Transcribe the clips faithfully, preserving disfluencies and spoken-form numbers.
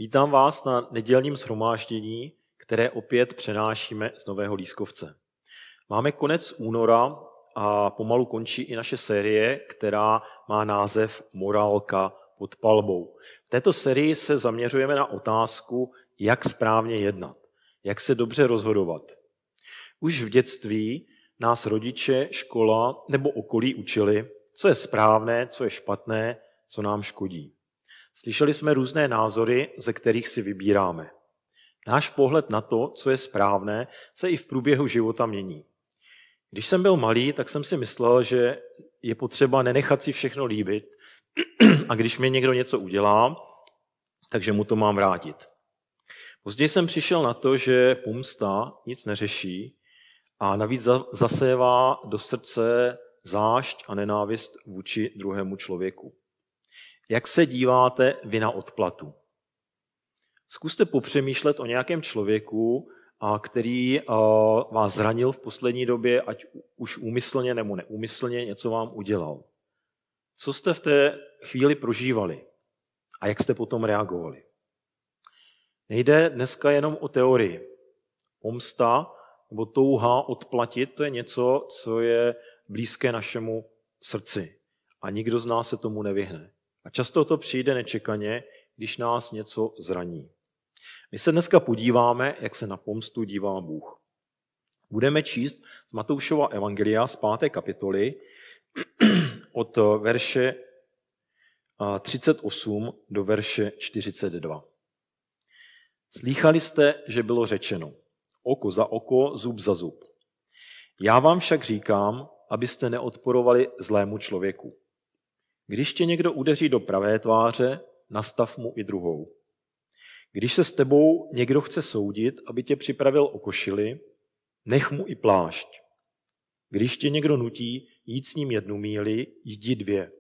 Vítám vás na nedělním shromáždění, které opět přenášíme z Nového Lískovce. Máme konec února a pomalu končí i naše série, která má název Morálka pod palbou. V této sérii se zaměřujeme na otázku, jak správně jednat, jak se dobře rozhodovat. Už v dětství nás rodiče, škola nebo okolí učili, co je správné, co je špatné, co nám škodí. Slyšeli jsme různé názory, ze kterých si vybíráme. Náš pohled na to, co je správné, se i v průběhu života mění. Když jsem byl malý, tak jsem si myslel, že je potřeba nenechat si všechno líbit a když mi někdo něco udělá, takže mu to mám vrátit. Později jsem přišel na to, že pomsta nic neřeší a navíc zasévá do srdce zášť a nenávist vůči druhému člověku. Jak se díváte vy na odplatu? Zkuste popřemýšlet o nějakém člověku, který vás zranil v poslední době, ať už úmyslně nebo neúmyslně něco vám udělal. Co jste v té chvíli prožívali a jak jste potom reagovali? Nejde dneska jenom o teorii. Pomsta nebo touha odplatit, to je něco, co je blízké našemu srdci a nikdo z nás se tomu nevyhne. A často to přijde nečekaně, když nás něco zraní. My se dneska podíváme, jak se na pomstu dívá Bůh. Budeme číst z Matoušova evangelia z páté kapitoly od verše třicet osm do verše čtyřicet dva. Slýchali jste, že bylo řečeno, oko za oko, zub za zub. Já vám však říkám, abyste neodporovali zlému člověku. Když tě někdo udeří do pravé tváře, nastav mu i druhou. Když se s tebou někdo chce soudit, aby tě připravil o košili, nech mu i plášť. Když tě někdo nutí jít s ním jednu míli, jdi dvě.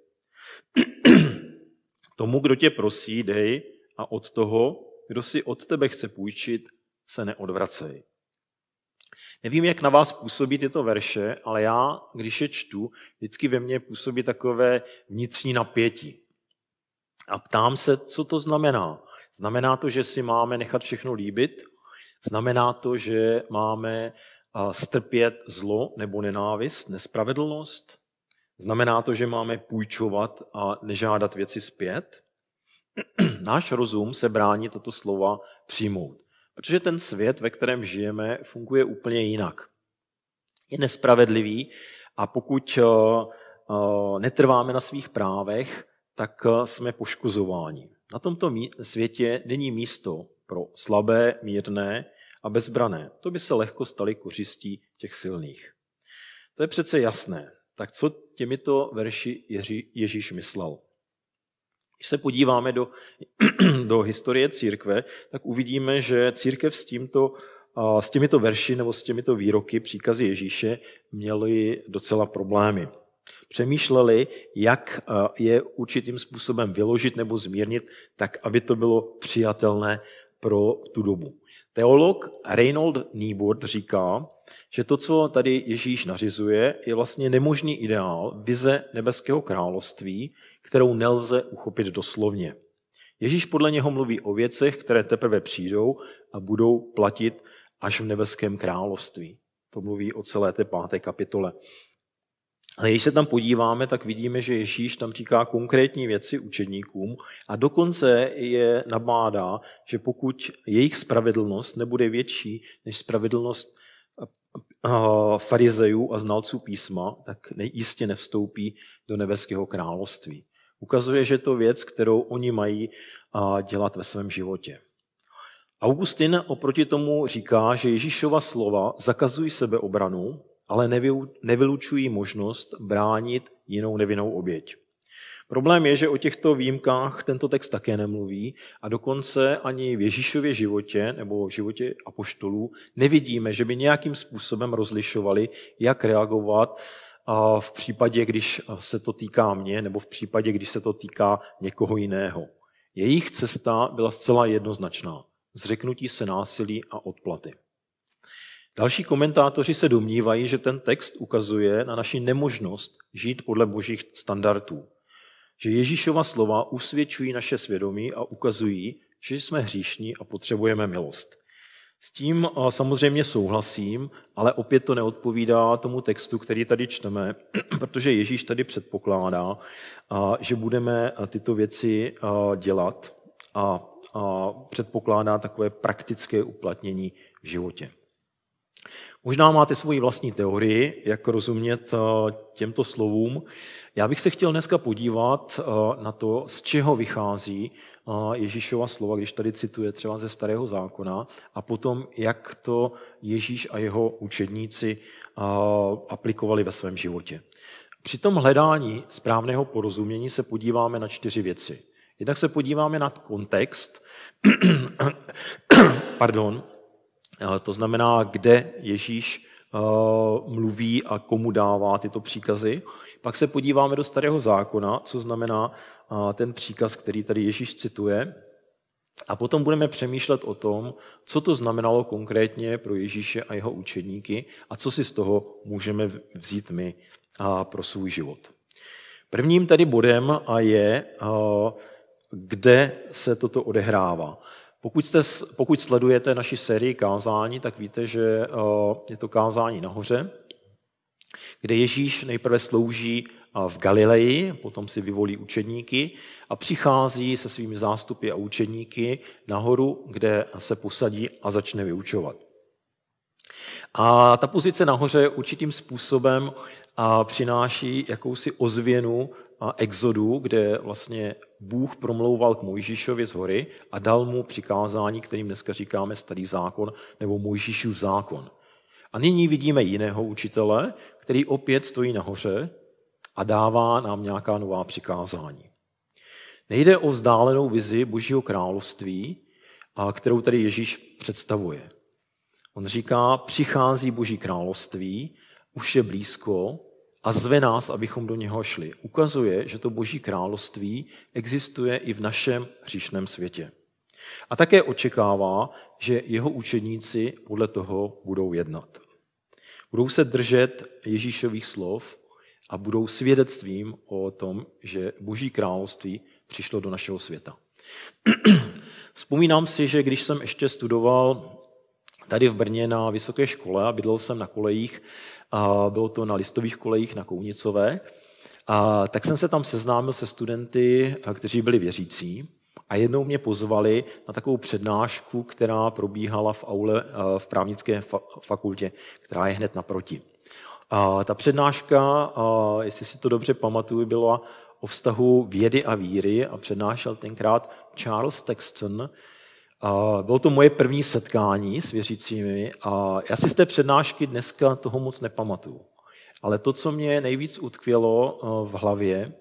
Tomu, kdo tě prosí, dej a od toho, kdo si od tebe chce půjčit, se neodvracej. Nevím, jak na vás působí tyto verše, ale já, když je čtu, vždycky ve mně působí takové vnitřní napětí. A ptám se, co to znamená. Znamená to, že si máme nechat všechno líbit? Znamená to, že máme strpět zlo nebo nenávist, nespravedlnost? Znamená to, že máme půjčovat a nežádat věci zpět? Náš rozum se brání tato slova přijmout. Protože ten svět, ve kterém žijeme, funguje úplně jinak. Je nespravedlivý a pokud netrváme na svých právech, tak jsme poškozováni. Na tomto světě není místo pro slabé, mírné a bezbrané. To by se lehko staly kořistí těch silných. To je přece jasné. Tak co těmito verši Ježíš myslel? Když se podíváme do, do historie církve, tak uvidíme, že církev s, tímto, s těmito verši nebo s těmito výroky, příkazy Ježíše, měly docela problémy. Přemýšleli, jak je určitým způsobem vyložit nebo zmírnit, tak aby to bylo přijatelné pro tu dobu. Teolog Reinhold Niebuhr říká, že to, co tady Ježíš nařizuje, je vlastně nemožný ideál, vize nebeského království, kterou nelze uchopit doslovně. Ježíš podle něho mluví o věcech, které teprve přijdou a budou platit až v nebeském království. To mluví o celé té páté kapitole. Ale když se tam podíváme, tak vidíme, že Ježíš tam říká konkrétní věci učedníkům a dokonce je nabádá, že pokud jejich spravedlnost nebude větší než spravedlnost farizejů a znalců písma, tak jistě nevstoupí do nebeského království. Ukazuje, že je to věc, kterou oni mají dělat ve svém životě. Augustin oproti tomu říká, že Ježíšova slova zakazují sebeobranu, ale nevylučují možnost bránit jinou nevinnou oběť. Problém je, že o těchto výjimkách tento text také nemluví a dokonce ani v Ježíšově životě nebo v životě apoštolů nevidíme, že by nějakým způsobem rozlišovali, jak reagovat v případě, když se to týká mě nebo v případě, když se to týká někoho jiného. Jejich cesta byla zcela jednoznačná. Zřeknutí se násilí a odplaty. Další komentátoři se domnívají, že ten text ukazuje na naši nemožnost žít podle božích standardů. Že Ježíšova slova usvědčují naše svědomí a ukazují, že jsme hříšní a potřebujeme milost. S tím samozřejmě souhlasím, ale opět to neodpovídá tomu textu, který tady čteme, protože Ježíš tady předpokládá, že budeme tyto věci dělat a předpokládá takové praktické uplatnění v životě. Možná máte svoji vlastní teorii, jak rozumět těmto slovům. Já bych se chtěl dneska podívat na to, z čeho vychází Ježíšova slova, když tady cituje třeba ze Starého zákona, a potom, jak to Ježíš a jeho učedníci aplikovali ve svém životě. Při tom hledání správného porozumění se podíváme na čtyři věci. Jednak se podíváme na kontext, pardon, to znamená, kde Ježíš mluví a komu dává tyto příkazy. Pak se podíváme do Starého zákona, co znamená ten příkaz, který tady Ježíš cituje. A potom budeme přemýšlet o tom, co to znamenalo konkrétně pro Ježíše a jeho učedníky a co si z toho můžeme vzít my pro svůj život. Prvním tady bodem je, kde se toto odehrává. Pokud, jste, pokud sledujete naši sérii kázání, tak víte, že je to kázání nahoře, kde Ježíš nejprve slouží v Galileji, potom si vyvolí učedníky a přichází se svými zástupy a učedníky nahoru, kde se posadí a začne vyučovat. A ta pozice nahoře určitým způsobem přináší jakousi ozvěnu exodu, kde vlastně Bůh promlouval k Mojžíšovi z hory a dal mu přikázání, kterým dneska říkáme Starý zákon nebo Mojžíšův zákon. A nyní vidíme jiného učitele, který opět stojí nahoře a dává nám nějaká nová přikázání. Nejde o vzdálenou vizi Božího království, kterou tady Ježíš představuje. On říká, přichází Boží království, už je blízko a zve nás, abychom do něho šli. Ukazuje, že to Boží království existuje i v našem hříšném světě. A také očekává, že jeho učedníci podle toho budou jednat. Budou se držet Ježíšových slov a budou svědectvím o tom, že Boží království přišlo do našeho světa. Vzpomínám si, že když jsem ještě studoval tady v Brně na vysoké škole a bydlel jsem na kolejích, a bylo to na listových kolejích na Kounicové, a tak jsem se tam seznámil se studenty, kteří byli věřící, a jednou mě pozvali na takovou přednášku, která probíhala v aule v právnické fakultě, která je hned naproti. A ta přednáška, jestli si to dobře pamatuju, byla o vztahu vědy a víry a přednášel tenkrát Charles Texton. Bylo to moje první setkání s věřícími a já si z té přednášky dneska toho moc nepamatuju. Ale to, co mě nejvíc utkvělo v hlavě,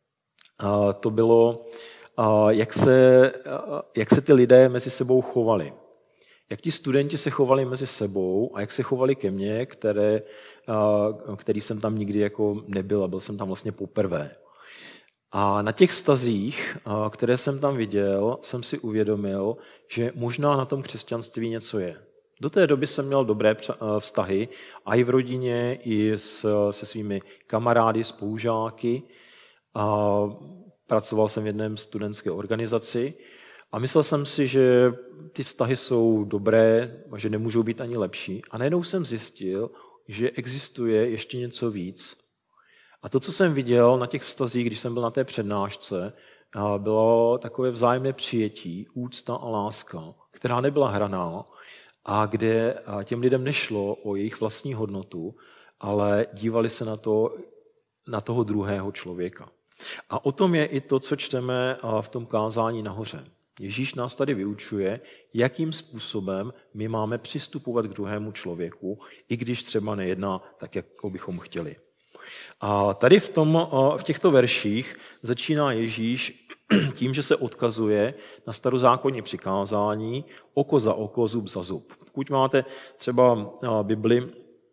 to bylo, jak se, jak se ty lidé mezi sebou chovali. Jak ti studenti se chovali mezi sebou a jak se chovali ke mně, které, který jsem tam nikdy jako nebyl a byl jsem tam vlastně poprvé. A na těch vztazích, které jsem tam viděl, jsem si uvědomil, že možná na tom křesťanství něco je. Do té doby jsem měl dobré vztahy, a i v rodině, i se svými kamarády, spolužáky. A pracoval jsem v jedné studentské organizaci a myslel jsem si, že ty vztahy jsou dobré a že nemůžou být ani lepší. A najednou jsem zjistil, že existuje ještě něco víc. A to, co jsem viděl na těch vztazích, když jsem byl na té přednášce, bylo takové vzájemné přijetí, úcta a láska, která nebyla hraná a kde těm lidem nešlo o jejich vlastní hodnotu, ale dívali se na, to, na toho druhého člověka. A o tom je i to, co čteme v tom kázání nahoře. Ježíš nás tady vyučuje, jakým způsobem my máme přistupovat k druhému člověku, i když třeba nejedná tak, jak bychom chtěli. A tady v, tom, v těchto verších začíná Ježíš tím, že se odkazuje na starozákonní přikázání oko za oko, zub za zub. Pokud máte třeba Bibli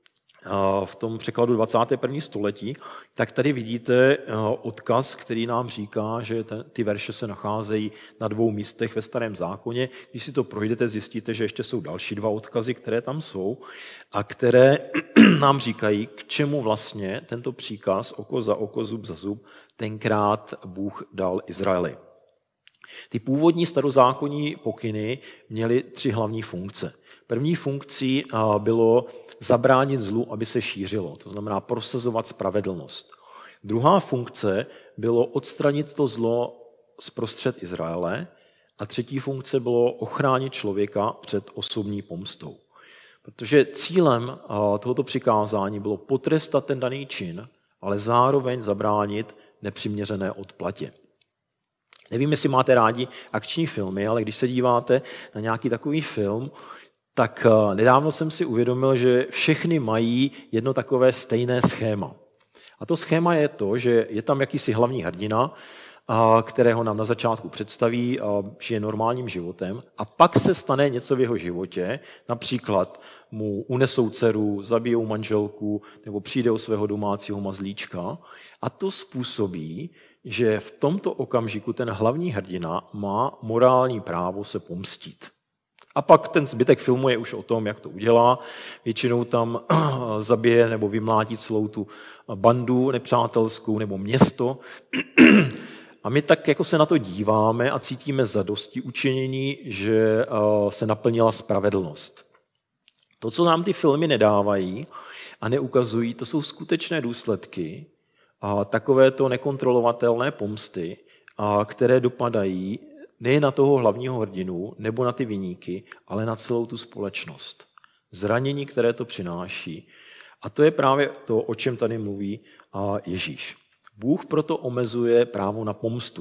v tom překladu dvacátého prvního století, tak tady vidíte odkaz, který nám říká, že ty verše se nacházejí na dvou místech ve Starém zákoně. Když si to projdete, zjistíte, že ještě jsou další dva odkazy, které tam jsou a které nám říkají, k čemu vlastně tento příkaz oko za oko, zub za zub tenkrát Bůh dal Izraeli. Ty původní starozákonní pokyny měly tři hlavní funkce. První funkcí bylo zabránit zlu, aby se šířilo, to znamená prosazovat spravedlnost. Druhá funkce bylo odstranit to zlo zprostřed Izraele a třetí funkce bylo ochránit člověka před osobní pomstou. Protože cílem tohoto přikázání bylo potrestat ten daný čin, ale zároveň zabránit nepřiměřené odplatě. Nevím, jestli máte rádi akční filmy, ale když se díváte na nějaký takový film, tak nedávno jsem si uvědomil, že všechny mají jedno takové stejné schéma. A to schéma je to, že je tam jakýsi hlavní hrdina, kterého nám na začátku představí a žije normálním životem a pak se stane něco v jeho životě, například mu unesou dceru, zabijou manželku nebo přijde o svého domácího mazlíčka a to způsobí, že v tomto okamžiku ten hlavní hrdina má morální právo se pomstít. A pak ten zbytek filmu je už o tom, jak to udělá. Většinou tam zabije nebo vymlátí celou tu bandu nepřátelskou nebo město. A my tak jako se na to díváme a cítíme zadosti učinění, že se naplnila spravedlnost. To, co nám ty filmy nedávají a neukazují, to jsou skutečné důsledky a takovéto nekontrolovatelné pomsty, a které dopadají nejen na toho hlavního hrdinu nebo na ty viníky, ale na celou tu společnost. Zranění, které to přináší. A to je právě to, o čem tady mluví Ježíš. Bůh proto omezuje právo na pomstu.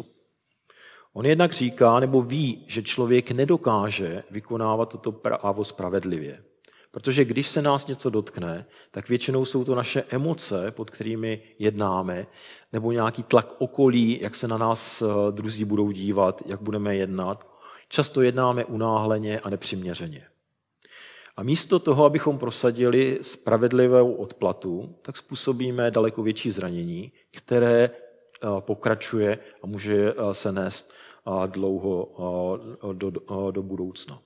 On jednak říká, nebo ví, že člověk nedokáže vykonávat toto právo spravedlivě. Protože když se nás něco dotkne, tak většinou jsou to naše emoce, pod kterými jednáme, nebo nějaký tlak okolí, jak se na nás druzí budou dívat, jak budeme jednat. Často jednáme unáhleně a nepřiměřeně. A místo toho, abychom prosadili spravedlivou odplatu, tak způsobíme daleko větší zranění, které pokračuje a může se nést dlouho do, do, do budoucna.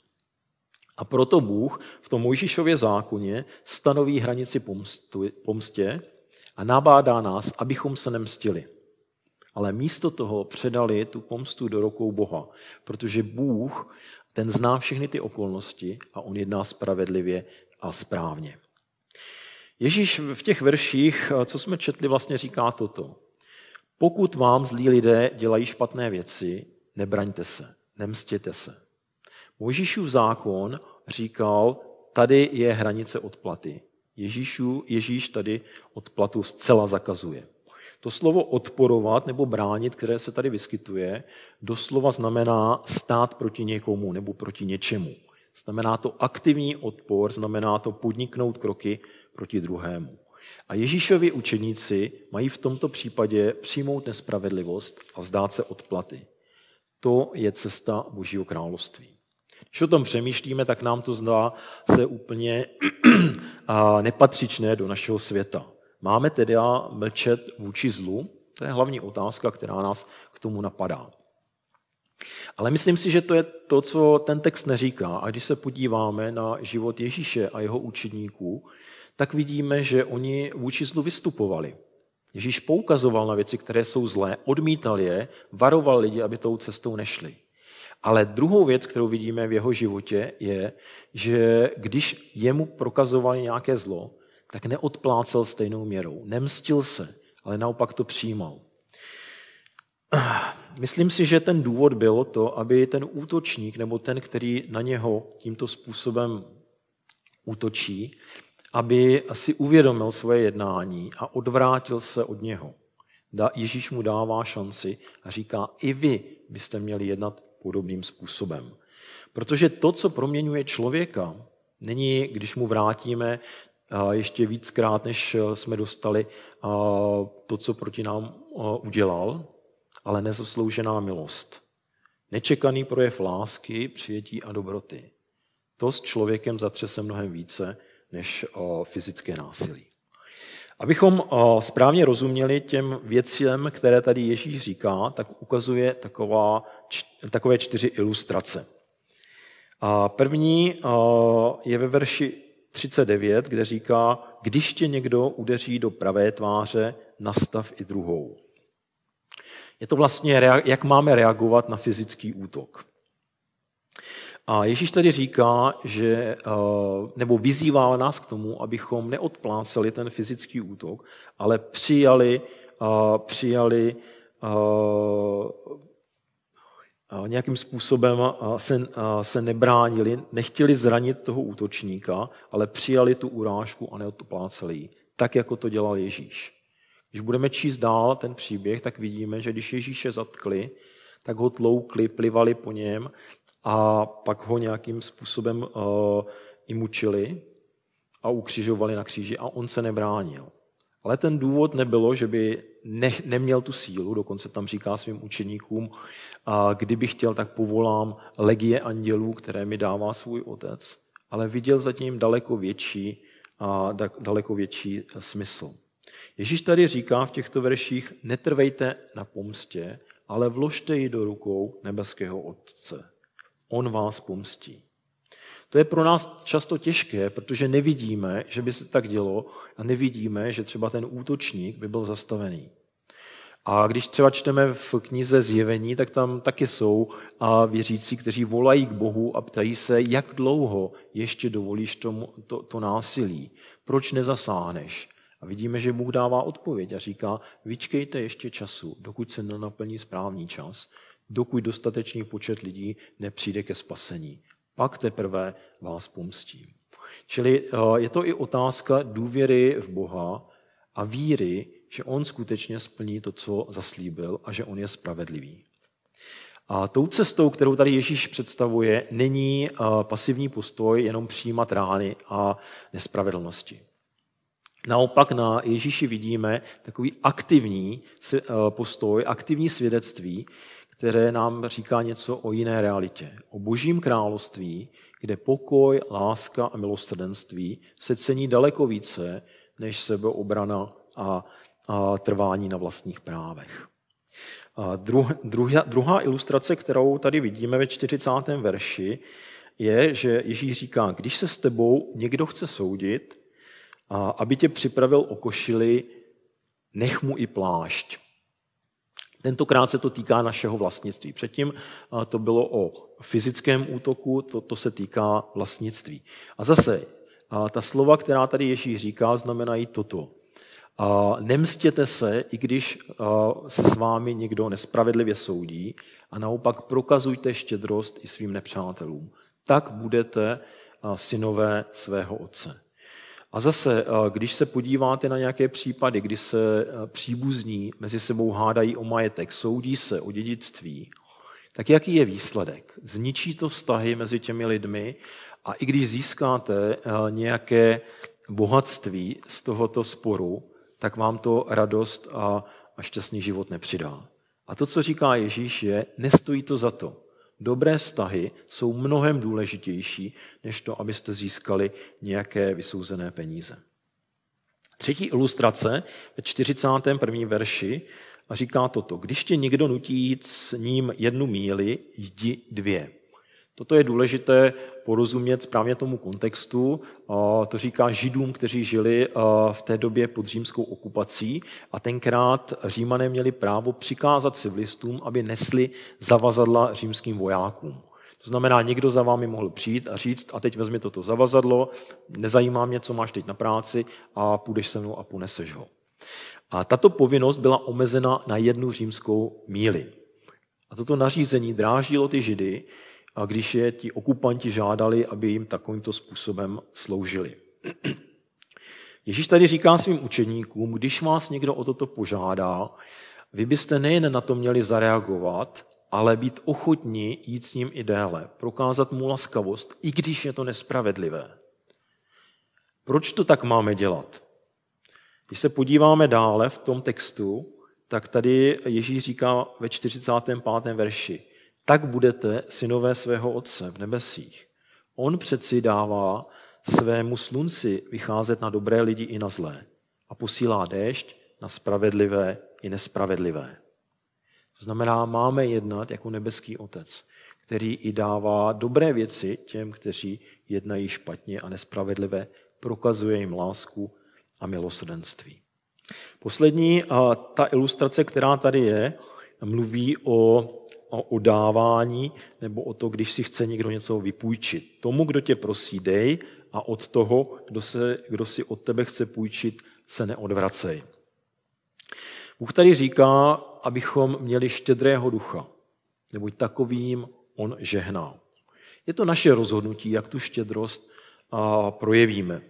A proto Bůh v tom Mojžíšově zákoně stanoví hranici pomstu, pomstě a nabádá nás, abychom se nemstili. Ale místo toho předali tu pomstu do rukou Boha, protože Bůh, ten zná všechny ty okolnosti a on jedná spravedlivě a správně. Ježíš v těch verších, co jsme četli, vlastně říká toto. Pokud vám zlí lidé dělají špatné věci, nebraňte se, nemstěte se. Mojžíšův zákon říkal, tady je hranice odplaty. Ježíšu, Ježíš tady odplatu zcela zakazuje. To slovo odporovat nebo bránit, které se tady vyskytuje, doslova znamená stát proti někomu nebo proti něčemu. Znamená to aktivní odpor, znamená to podniknout kroky proti druhému. A Ježíšovi učeníci mají v tomto případě přijmout nespravedlivost a vzdát se odplaty. To je cesta Božího království. Když o tom přemýšlíme, tak nám to zdá se úplně nepatřičné do našeho světa. Máme tedy mlčet vůči zlu? To je hlavní otázka, která nás k tomu napadá. Ale myslím si, že to je to, co ten text neříká. A když se podíváme na život Ježíše a jeho učedníků, tak vidíme, že oni vůči zlu vystupovali. Ježíš poukazoval na věci, které jsou zlé, odmítal je, varoval lidi, aby tou cestou nešli. Ale druhou věc, kterou vidíme v jeho životě, je, že když jemu prokazovali nějaké zlo, tak neodplácel stejnou měrou. Nemstil se, ale naopak to přijímal. Myslím si, že ten důvod byl to, aby ten útočník, nebo ten, který na něho tímto způsobem útočí, aby si uvědomil svoje jednání a odvrátil se od něho. Ježíš mu dává šanci a říká, i vy byste měli jednat podobným způsobem. Protože to, co proměňuje člověka, není, když mu vrátíme ještě víckrát, než jsme dostali to, co proti nám udělal, ale nezasloužená milost. Nečekaný projev lásky, přijetí a dobroty. To s člověkem zatřese mnohem více než fyzické násilí. Abychom správně rozuměli těm věcem, které tady Ježíš říká, tak ukazuje taková, takové čtyři ilustrace. A první je ve verši třicet devět, kde říká, když tě někdo udeří do pravé tváře, nastav i druhou. Je to vlastně, jak máme reagovat na fyzický útok. A Ježíš tady říká, že, nebo vyzývá nás k tomu, abychom neodpláceli ten fyzický útok, ale přijali, přijali nějakým způsobem se, se nebránili, nechtěli zranit toho útočníka, ale přijali tu urážku a neodpláceli ji, tak jako to dělal Ježíš. Když budeme číst dál ten příběh, tak vidíme, že když Ježíše zatkli, tak ho tloukli, plivali po něm a pak ho nějakým způsobem uh, i mučili a ukřižovali na kříži a on se nebránil. Ale ten důvod nebylo, že by ne, neměl tu sílu, dokonce tam říká svým učeníkům, a kdyby chtěl, tak povolám legie andělů, které mi dává svůj otec, ale viděl zatím daleko větší, a daleko větší smysl. Ježíš tady říká v těchto verších, netrvejte na pomstě, ale vložte ji do rukou nebeského Otce. On vás pomstí. To je pro nás často těžké, protože nevidíme, že by se tak dělo a nevidíme, že třeba ten útočník by byl zastavený. A když třeba čteme v knize Zjevení, tak tam taky jsou věřící, kteří volají k Bohu a ptají se, jak dlouho ještě dovolíš tomu, to, to násilí, proč nezasáhneš. A vidíme, že Bůh dává odpověď a říká, vyčkejte ještě času, dokud se nenaplní správný čas, dokud dostatečný počet lidí nepřijde ke spasení. Pak teprve vás pomstím. Čili je to i otázka důvěry v Boha a víry, že on skutečně splní to, co zaslíbil a že on je spravedlivý. A tou cestou, kterou tady Ježíš představuje, není pasivní postoj jenom přijímat rány a nespravedlnosti. Naopak na Ježíši vidíme takový aktivní postoj, aktivní svědectví, které nám říká něco o jiné realitě. O Božím království, kde pokoj, láska a milosrdenství se cení daleko více než sebeobrana a, a trvání na vlastních právech. A druh, druhá, druhá ilustrace, kterou tady vidíme ve čtyřicátém verši, je, že Ježíš říká, když se s tebou někdo chce soudit, a aby tě připravil o košili, nech mu i plášť. Tentokrát se to týká našeho vlastnictví. Předtím to bylo o fyzickém útoku, to, to se týká vlastnictví. A zase, ta slova, která tady Ježíš říká, znamenají toto. Nemstěte se, i když se s vámi někdo nespravedlivě soudí, a naopak prokazujte štědrost i svým nepřátelům. Tak budete synové svého Otce. A zase, když se podíváte na nějaké případy, kdy se příbuzní mezi sebou hádají o majetek, soudí se o dědictví, tak jaký je výsledek? Zničí to vztahy mezi těmi lidmi a i když získáte nějaké bohatství z tohoto sporu, tak vám to radost a šťastný život nepřidá. A to, co říká Ježíš, je, nestojí to za to. Dobré vztahy jsou mnohem důležitější, než to, abyste získali nějaké vysouzené peníze. Třetí ilustrace ve čtyřicátém prvním verši říká toto. Když tě někdo nutí jít s ním jednu míli, jdi dvě. Toto je důležité porozumět správně tomu kontextu. To říká Židům, kteří žili v té době pod římskou okupací a tenkrát Římané měli právo přikázat civilistům, aby nesli zavazadla římským vojákům. To znamená, někdo za vámi mohl přijít a říct, a teď vezmi toto zavazadlo, nezajímá mě, co máš teď na práci a půjdeš se mnou a poneseš ho. A tato povinnost byla omezena na jednu římskou míli. A toto nařízení dráždilo ty Židy, a když je ti okupanti žádali, aby jim takovýmto způsobem sloužili. Ježíš tady říká svým učeníkům, když vás někdo o toto požádá, vy byste nejen na to měli zareagovat, ale být ochotní jít s ním i déle, prokázat mu laskavost, i když je to nespravedlivé. Proč to tak máme dělat? Když se podíváme dále v tom textu, tak tady Ježíš říká ve čtyřicátém pátém verši, tak budete synové svého Otce v nebesích. On přeci dává svému slunci vycházet na dobré lidi i na zlé a posílá déšť na spravedlivé i nespravedlivé. To znamená, máme jednat jako nebeský Otec, který i dává dobré věci těm, kteří jednají špatně a nespravedlivé, prokazuje jim lásku a milosrdenství. Poslední, ta ilustrace, která tady je, mluví o, o udávání nebo o to, když si chce někdo něco vypůjčit. Tomu, kdo tě prosí, dej a od toho, kdo, se, kdo si od tebe chce půjčit, se neodvracej. Bůh tady říká, abychom měli štědrého ducha, neboť takovým on žehná. Je to naše rozhodnutí, jak tu štědrost projevíme.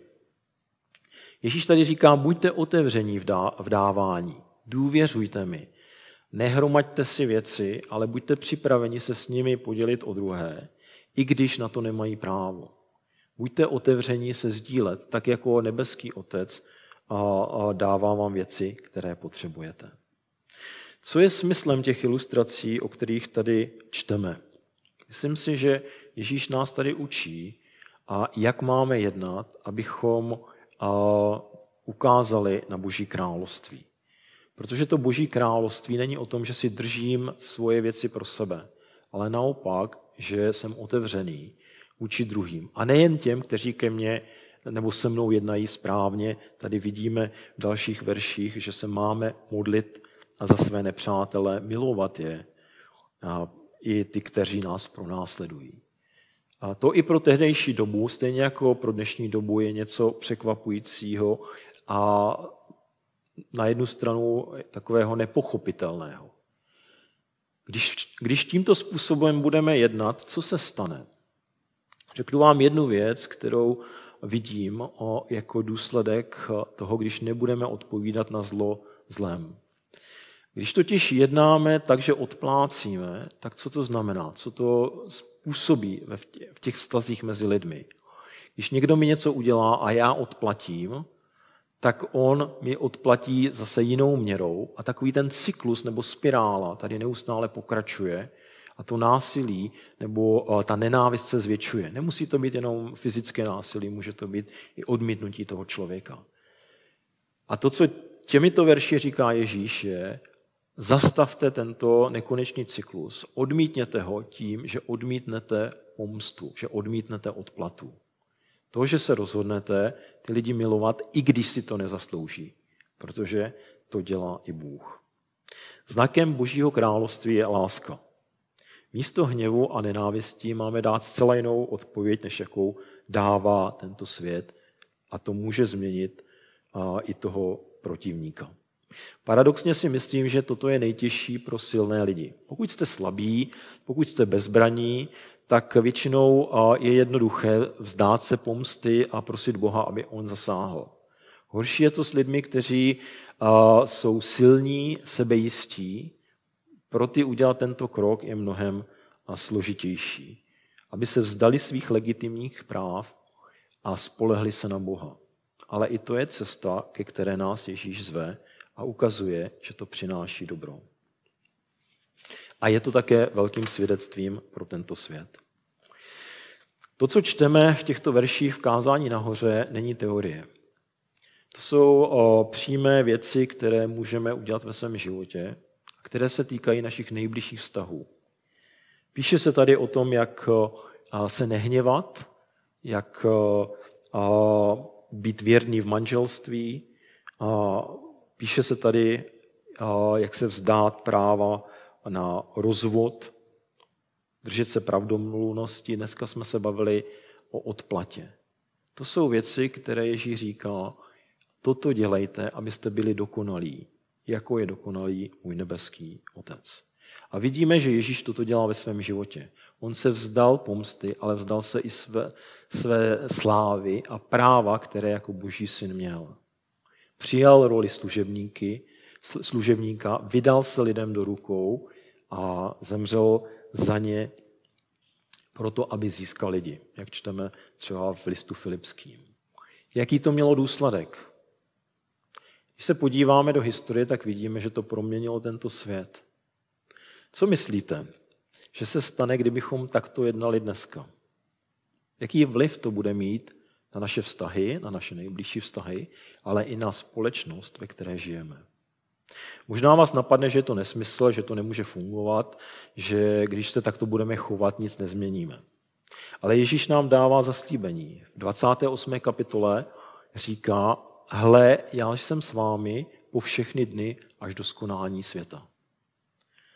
Ježíš tady říká, buďte otevření v dávání, důvěřujte mi, nehromaďte si věci, ale buďte připraveni se s nimi podělit o druhé, i když na to nemají právo. Buďte otevření se sdílet, tak jako nebeský Otec dává vám věci, které potřebujete. Co je smyslem těch ilustrací, o kterých tady čteme? Myslím si, že Ježíš nás tady učí, a jak máme jednat, abychom ukázali na Boží království. Protože to Boží království není o tom, že si držím svoje věci pro sebe, ale naopak, že jsem otevřený vůči druhým. A nejen těm, kteří ke mně nebo se mnou jednají správně. Tady vidíme v dalších verších, že se máme modlit a za své nepřátele milovat je, a i ty, kteří nás pronásledují. A to i pro tehdejší dobu, stejně jako pro dnešní dobu, je něco překvapujícího a na jednu stranu takového nepochopitelného. Když, když tímto způsobem budeme jednat, co se stane? Řeknu vám jednu věc, kterou vidím o, jako důsledek toho, když nebudeme odpovídat na zlo zlem. Když totiž jednáme tak, že odplácíme, tak co to znamená? Co to způsobí v těch vztazích mezi lidmi? Když někdo mi něco udělá a já odplatím, tak on mi odplatí zase jinou měrou a takový ten cyklus nebo spirála tady neustále pokračuje a to násilí nebo ta nenávist se zvětšuje. Nemusí to být jenom fyzické násilí, může to být i odmítnutí toho člověka. A to, co těmito verši říká Ježíš, je: zastavte tento nekonečný cyklus, odmítněte ho tím, že odmítnete pomstu, že odmítnete odplatu. To, že se rozhodnete ty lidi milovat, i když si to nezaslouží, protože to dělá i Bůh. Znakem Božího království je láska. Místo hněvu a nenávistí máme dát zcela jinou odpověď, než jakou dává tento svět, a to může změnit i toho protivníka. Paradoxně si myslím, že toto je nejtěžší pro silné lidi. Pokud jste slabí, pokud jste bezbraní, tak většinou je jednoduché vzdát se pomsty a prosit Boha, aby on zasáhl. Horší je to s lidmi, kteří jsou silní, sebejistí. Pro ty udělat tento krok je mnohem složitější. Aby se vzdali svých legitimních práv a spolehli se na Boha. Ale i to je cesta, ke které nás Ježíš zve a ukazuje, že to přináší dobro. A je to také velkým svědectvím pro tento svět. To, co čteme v těchto verších v kázání nahoře, není teorie. To jsou o, přímé věci, které můžeme udělat ve svém životě, které se týkají našich nejbližších vztahů. Píše se tady o tom, jak o, se nehněvat, jak o, o, být věrný v manželství. O, píše se tady, o, jak se vzdát práva na rozvod, držet se pravdomluvnosti. Dneska jsme se bavili o odplatě. To jsou věci, které Ježíš říká: toto dělejte, abyste byli dokonalí, jako je dokonalý můj nebeský Otec. A vidíme, že Ježíš toto dělá ve svém životě. On se vzdal pomsty, ale vzdal se i své, své slávy a práva, které jako Boží syn měl. Přijal roli služebníky, služebníka, vydal se lidem do rukou a zemřel za ně proto, aby získal lidi, jak čteme třeba v listu Filipským. Jaký to mělo důsledek? Když se podíváme do historie, tak vidíme, že to proměnilo tento svět. Co myslíte, že se stane, kdybychom takto jednali dneska? Jaký vliv to bude mít na naše vztahy, na naše nejbližší vztahy, ale i na společnost, ve které žijeme? Možná vás napadne, že je to nesmysl, že to nemůže fungovat, že když se takto budeme chovat, nic nezměníme. Ale Ježíš nám dává zaslíbení. V dvacáté osmé kapitole říká: hle, já jsem s vámi po všechny dny až do skonání světa.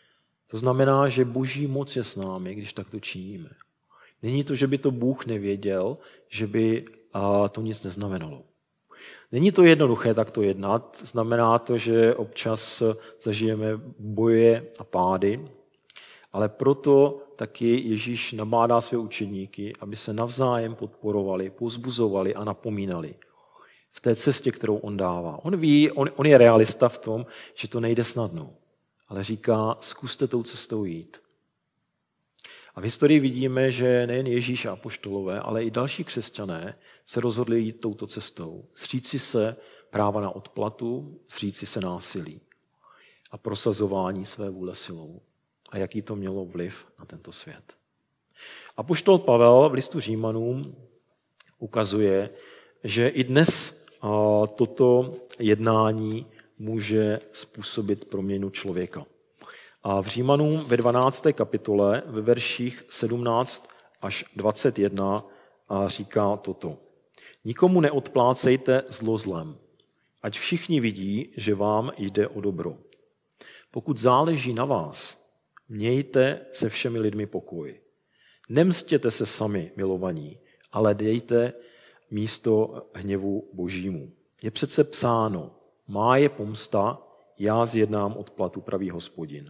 To znamená, že boží moc je s námi, když takto činíme. Není to, že by to Bůh nevěděl, že by to nic neznamenalo. Není to jednoduché takto jednat, znamená to, že občas zažijeme boje a pády, ale proto taky Ježíš nabádá své učedníky, aby se navzájem podporovali, povzbuzovali a napomínali v té cestě, kterou on dává. On ví, on, on je realista v tom, že to nejde snadno, ale říká, zkuste tou cestou jít. A v historii vidíme, že nejen Ježíš a apoštolové, ale i další křesťané se rozhodli jít touto cestou. Zříci se práva na odplatu, zříci se násilí a prosazování své vůle silou. A jaký to mělo vliv na tento svět. Apoštol Pavel v listu Římanům ukazuje, že i dnes toto jednání může způsobit proměnu člověka. A v Římanům ve dvanácté kapitole ve verších sedmnáct až dvacet jedna říká toto. Nikomu neodplácejte zlo zlem, ať všichni vidí, že vám jde o dobro. Pokud záleží na vás, mějte se všemi lidmi pokoj. Nemstěte se sami, milovaní, ale dejte místo hněvu božímu. Je přece psáno, má je pomsta, já zjednám odplatu, pravý Hospodin.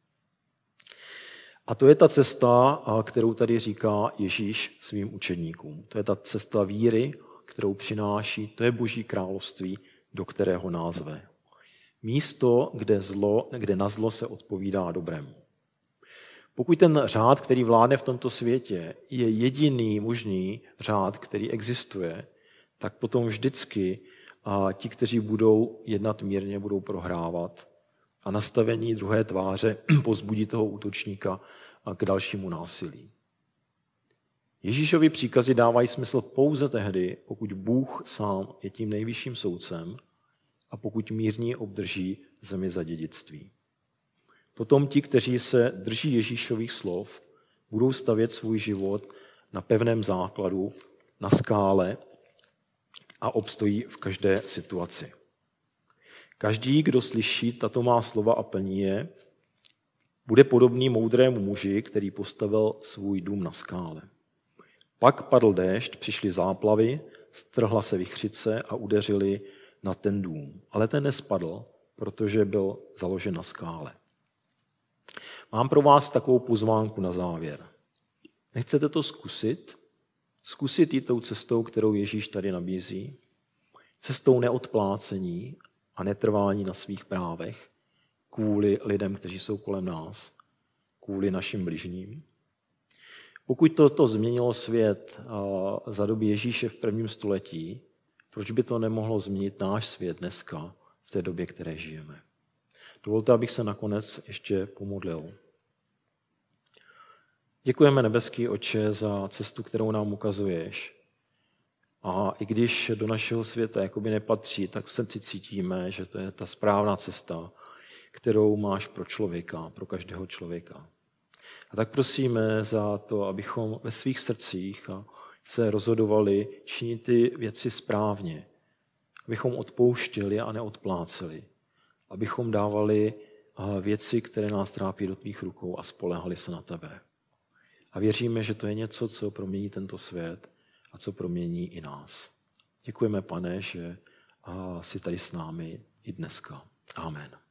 A to je ta cesta, kterou tady říká Ježíš svým učedníkům. To je ta cesta víry, kterou přináší, to je Boží království, do kterého nás zve. Místo, kde, zlo, kde na zlo se odpovídá dobrému. Pokud ten řád, který vládne v tomto světě, je jediný možný řád, který existuje, tak potom vždycky a ti, kteří budou jednat mírně, budou prohrávat a nastavení druhé tváře povzbudí toho útočníka k dalšímu násilí. Ježíšovi příkazy dávají smysl pouze tehdy, pokud Bůh sám je tím nejvyšším soudcem a pokud mírní obdrží zemi za dědictví. Potom ti, kteří se drží Ježíšových slov, budou stavět svůj život na pevném základu, na skále a obstojí v každé situaci. Každý, kdo slyší tato má slova a plní je, bude podobný moudrému muži, který postavil svůj dům na skále. Pak padl déšť, přišly záplavy, strhla se vichřice a udeřili na ten dům. Ale ten nespadl, protože byl založen na skále. Mám pro vás takovou pozvánku na závěr. Nechcete to zkusit? Zkusit jít tou cestou, kterou Ježíš tady nabízí? Cestou neodplácení a netrvání na svých právech kvůli lidem, kteří jsou kolem nás, kvůli našim bližním. Pokud toto změnilo svět za doby Ježíše v prvním století, proč by to nemohlo změnit náš svět dneska, v té době, které žijeme? Dovolte, abych se nakonec ještě pomodlil. Děkujeme, nebeský Otče, za cestu, kterou nám ukazuješ. A i když do našeho světa jakoby nepatří, tak v srdci cítíme, že to je ta správná cesta, kterou máš pro člověka, pro každého člověka. A tak prosíme za to, abychom ve svých srdcích se rozhodovali činit ty věci správně, abychom odpouštěli a neodpláceli, abychom dávali věci, které nás trápí, do tvých rukou a spolehali se na tebe. A věříme, že to je něco, co promění tento svět a co promění i nás. Děkujeme, Pane, že jsi tady s námi i dneska. Amen.